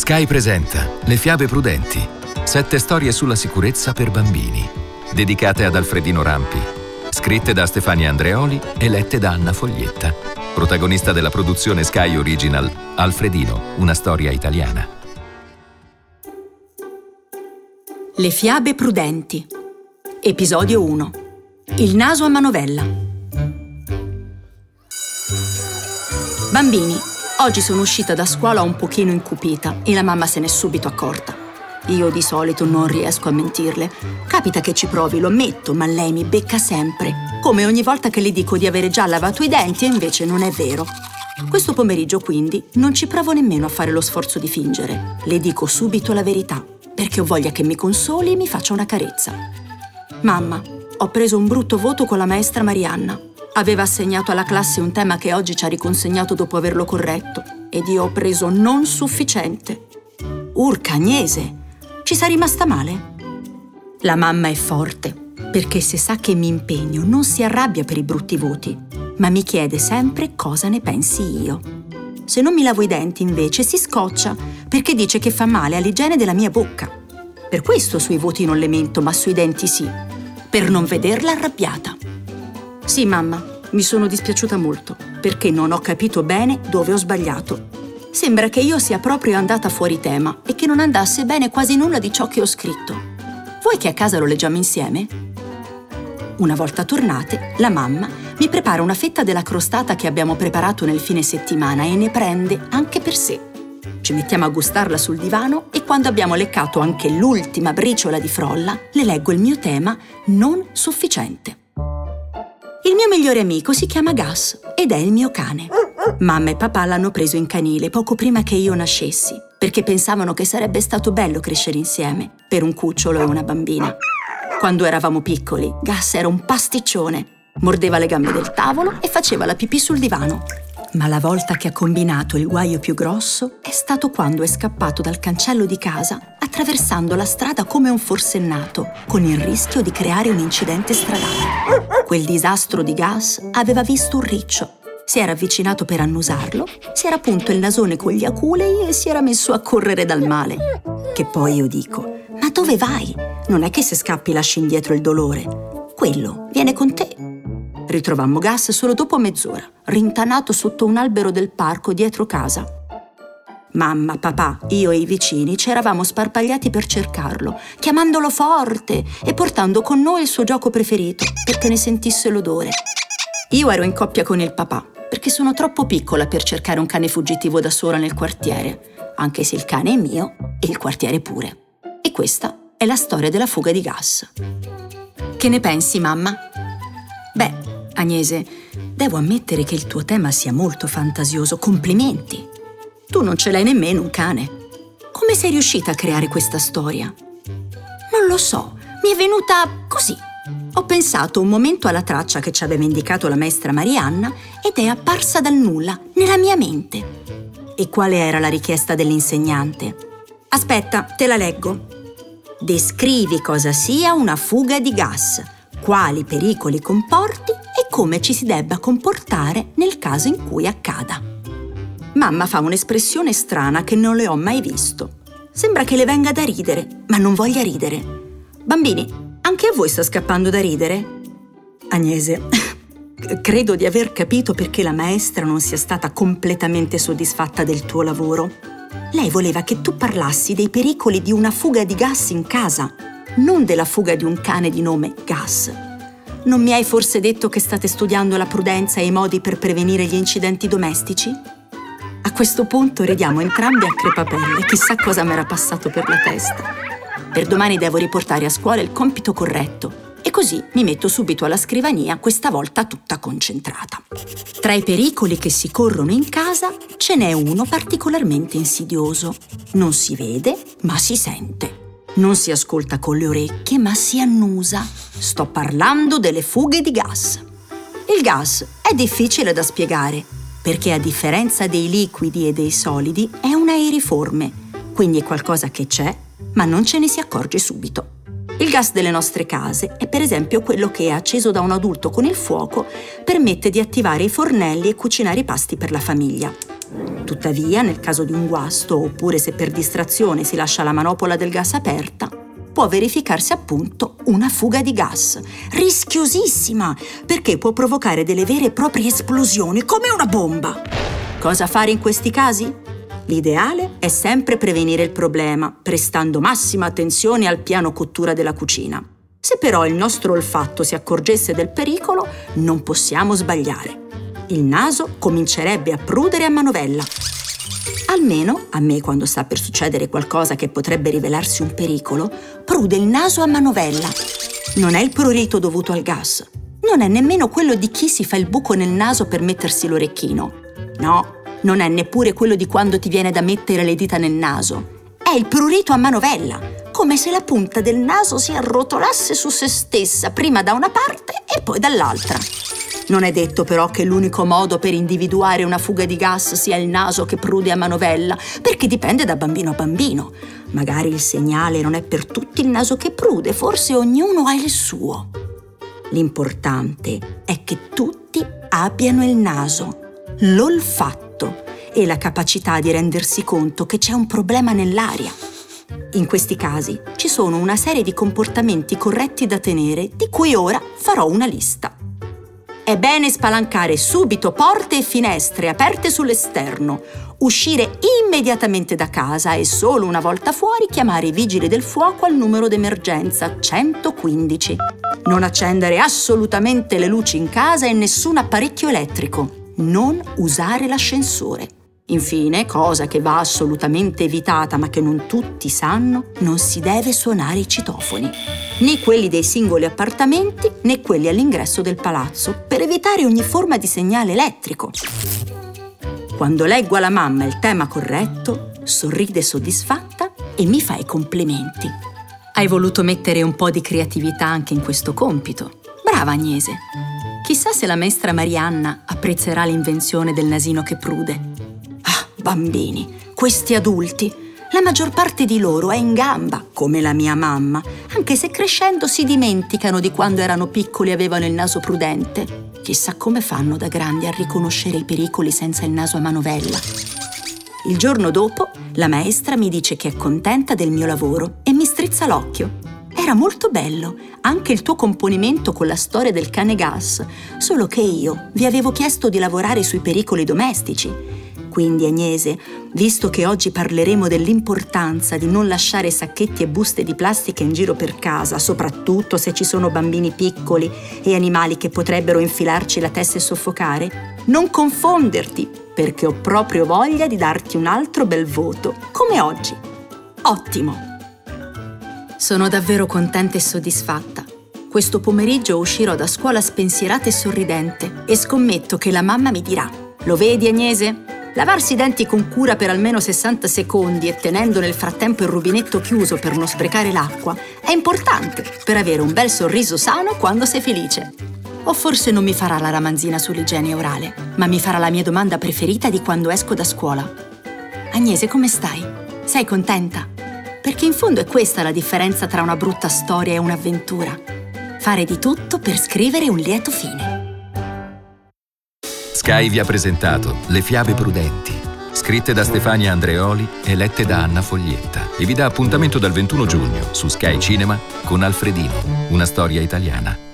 Sky presenta Le fiabe prudenti, 7 storie sulla sicurezza per bambini, dedicate ad Alfredino Rampi, scritte da Stefania Andreoli e lette da Anna Foglietta. Protagonista della produzione Sky Original, Alfredino, una storia italiana. Le fiabe prudenti. Episodio 1. Il naso a manovella. Bambini, oggi sono uscita da scuola un pochino incupita e la mamma se n'è subito accorta. Io di solito non riesco a mentirle. Capita che ci provi, lo ammetto, ma lei mi becca sempre. Come ogni volta che le dico di avere già lavato i denti e invece non è vero. Questo pomeriggio quindi non ci provo nemmeno a fare lo sforzo di fingere. Le dico subito la verità, perché ho voglia che mi consoli e mi faccia una carezza. Mamma, ho preso un brutto voto con la maestra Marianna. Aveva assegnato alla classe un tema che oggi ci ha riconsegnato dopo averlo corretto ed io ho preso non sufficiente. Urca Agnese, ci sei rimasta male? La mamma è forte, perché se sa che mi impegno non si arrabbia per i brutti voti, ma mi chiede sempre cosa ne pensi io. Se non mi lavo i denti invece si scoccia, perché dice che fa male all'igiene della mia bocca. Per questo sui voti non le mento, ma sui denti sì, per non vederla arrabbiata. Sì, mamma, mi sono dispiaciuta molto, perché non ho capito bene dove ho sbagliato. Sembra che io sia proprio andata fuori tema e che non andasse bene quasi nulla di ciò che ho scritto. Vuoi che a casa lo leggiamo insieme? Una volta tornate, la mamma mi prepara una fetta della crostata che abbiamo preparato nel fine settimana e ne prende anche per sé. Ci mettiamo a gustarla sul divano e quando abbiamo leccato anche l'ultima briciola di frolla, le leggo il mio tema non sufficiente. Il mio migliore amico si chiama Gus ed è il mio cane. Mamma e papà l'hanno preso in canile poco prima che io nascessi, perché pensavano che sarebbe stato bello crescere insieme, per un cucciolo e una bambina. Quando eravamo piccoli, Gus era un pasticcione, mordeva le gambe del tavolo e faceva la pipì sul divano. Ma la volta che ha combinato il guaio più grosso è stato quando è scappato dal cancello di casa attraversando la strada come un forsennato, con il rischio di creare un incidente stradale. Quel disastro di Gus aveva visto un riccio, si era avvicinato per annusarlo, si era punto il nasone con gli aculei e si era messo a correre dal male. Che poi io dico, ma dove vai? Non è che se scappi lasci indietro il dolore. Quello viene con te. Ritrovammo Gus solo dopo mezz'ora, rintanato sotto un albero del parco dietro casa. Mamma, papà, io e i vicini ci eravamo sparpagliati per cercarlo, chiamandolo forte e portando con noi il suo gioco preferito, perché ne sentisse l'odore. Io ero in coppia con il papà, perché sono troppo piccola per cercare un cane fuggitivo da sola nel quartiere, anche se il cane è mio e il quartiere pure. E questa è la storia della fuga di Gus. Che ne pensi, mamma? Beh, Agnese, devo ammettere che il tuo tema sia molto fantasioso. Complimenti! Tu non ce l'hai nemmeno un cane. Come sei riuscita a creare questa storia? Non lo so, mi è venuta così. Ho pensato un momento alla traccia che ci aveva indicato la maestra Marianna ed è apparsa dal nulla, nella mia mente. E quale era la richiesta dell'insegnante? Aspetta, te la leggo. Descrivi cosa sia una fuga di gas, quali pericoli comporti e come ci si debba comportare nel caso in cui accada. Mamma fa un'espressione strana che non le ho mai visto. Sembra che le venga da ridere, ma non voglia ridere. Bambini, anche a voi sta scappando da ridere? Agnese, credo di aver capito perché la maestra non sia stata completamente soddisfatta del tuo lavoro. Lei voleva che tu parlassi dei pericoli di una fuga di gas in casa, non della fuga di un cane di nome Gus. Non mi hai forse detto che state studiando la prudenza e i modi per prevenire gli incidenti domestici? A questo punto ridiamo entrambi a crepapelle, chissà cosa m'era passato per la testa. Per domani devo riportare a scuola il compito corretto e così mi metto subito alla scrivania, questa volta tutta concentrata. Tra i pericoli che si corrono in casa ce n'è uno particolarmente insidioso. Non si vede, ma si sente. Non si ascolta con le orecchie, ma si annusa. Sto parlando delle fughe di gas. Il gas è difficile da spiegare, perché a differenza dei liquidi e dei solidi è un aeriforme, quindi è qualcosa che c'è, ma non ce ne si accorge subito. Il gas delle nostre case è per esempio quello che, acceso da un adulto con il fuoco, permette di attivare i fornelli e cucinare i pasti per la famiglia. Tuttavia, nel caso di un guasto, oppure se per distrazione si lascia la manopola del gas aperta, può verificarsi appunto una fuga di gas, rischiosissima, perché può provocare delle vere e proprie esplosioni, come una bomba. Cosa fare in questi casi? L'ideale è sempre prevenire il problema, prestando massima attenzione al piano cottura della cucina. Se però il nostro olfatto si accorgesse del pericolo, non possiamo sbagliare. Il naso comincerebbe a prudere a manovella. Almeno, a me quando sta per succedere qualcosa che potrebbe rivelarsi un pericolo, prude il naso a manovella. Non è il prurito dovuto al gas. Non è nemmeno quello di chi si fa il buco nel naso per mettersi l'orecchino. No, non è neppure quello di quando ti viene da mettere le dita nel naso. È il prurito a manovella, come se la punta del naso si arrotolasse su se stessa, prima da una parte e poi dall'altra. Non è detto però che l'unico modo per individuare una fuga di gas sia il naso che prude a manovella, perché dipende da bambino a bambino. Magari il segnale non è per tutti il naso che prude, forse ognuno ha il suo. L'importante è che tutti abbiano il naso, l'olfatto e la capacità di rendersi conto che c'è un problema nell'aria. In questi casi ci sono una serie di comportamenti corretti da tenere, di cui ora farò una lista. È bene spalancare subito porte e finestre aperte sull'esterno, uscire immediatamente da casa e solo una volta fuori chiamare i vigili del fuoco al numero d'emergenza 115. Non accendere assolutamente le luci in casa e nessun apparecchio elettrico. Non usare l'ascensore. Infine, cosa che va assolutamente evitata ma che non tutti sanno, non si deve suonare i citofoni. Né quelli dei singoli appartamenti né quelli all'ingresso del palazzo, per evitare ogni forma di segnale elettrico. Quando leggo alla mamma il tema corretto, sorride soddisfatta e mi fa i complimenti. Hai voluto mettere un po' di creatività anche in questo compito. Brava Agnese! Chissà se la maestra Marianna apprezzerà l'invenzione del nasino che prude. Ah, bambini, questi adulti, la maggior parte di loro è in gamba, come la mia mamma, anche se crescendo si dimenticano di quando erano piccoli e avevano il naso prudente. Chissà come fanno da grandi a riconoscere i pericoli senza il naso a manovella. Il giorno dopo, la maestra mi dice che è contenta del mio lavoro e mi strizza l'occhio. Era molto bello, anche il tuo componimento con la storia del cane gas, solo che io vi avevo chiesto di lavorare sui pericoli domestici. Quindi, Agnese, visto che oggi parleremo dell'importanza di non lasciare sacchetti e buste di plastica in giro per casa, soprattutto se ci sono bambini piccoli e animali che potrebbero infilarci la testa e soffocare, non confonderti, perché ho proprio voglia di darti un altro bel voto, come oggi. Ottimo! Sono davvero contenta e soddisfatta. Questo pomeriggio uscirò da scuola spensierata e sorridente e scommetto che la mamma mi dirà: lo vedi, Agnese? Lavarsi i denti con cura per almeno 60 secondi e tenendo nel frattempo il rubinetto chiuso per non sprecare l'acqua è importante per avere un bel sorriso sano quando sei felice. O forse non mi farà la ramanzina sull'igiene orale, ma mi farà la mia domanda preferita di quando esco da scuola. Agnese, come stai? Sei contenta? Perché in fondo è questa la differenza tra una brutta storia e un'avventura. Fare di tutto per scrivere un lieto fine. Sky vi ha presentato Le fiabe prudenti, scritte da Stefania Andreoli e lette da Anna Foglietta, e vi dà appuntamento dal 21 giugno su Sky Cinema con Alfredino, una storia italiana.